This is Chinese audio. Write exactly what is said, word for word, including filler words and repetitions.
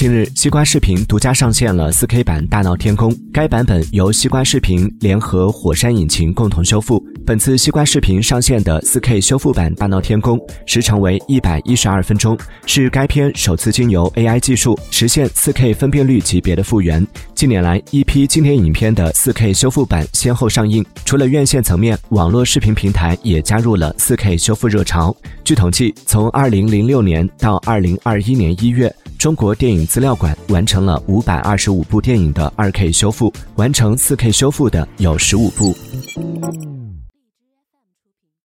近日，西瓜视频独家上线了 四K 版《大闹天宫》，该版本由西瓜视频联合火山引擎共同修复。本次西瓜视频上线的 四K 修复版《大闹天宫》时长为一百一十二分钟，是该片首次经由 A I 技术实现 四K 分辨率级别的复原。近年来，一批经典影片的 四K 修复版先后上映，除了院线层面，网络视频平台也加入了 四K 修复热潮。据统计，从二零零六年到二零二一年一月，中国电影资料馆完成了五百二十五部电影的 二K 修复，完成 四K 修复的有十五部。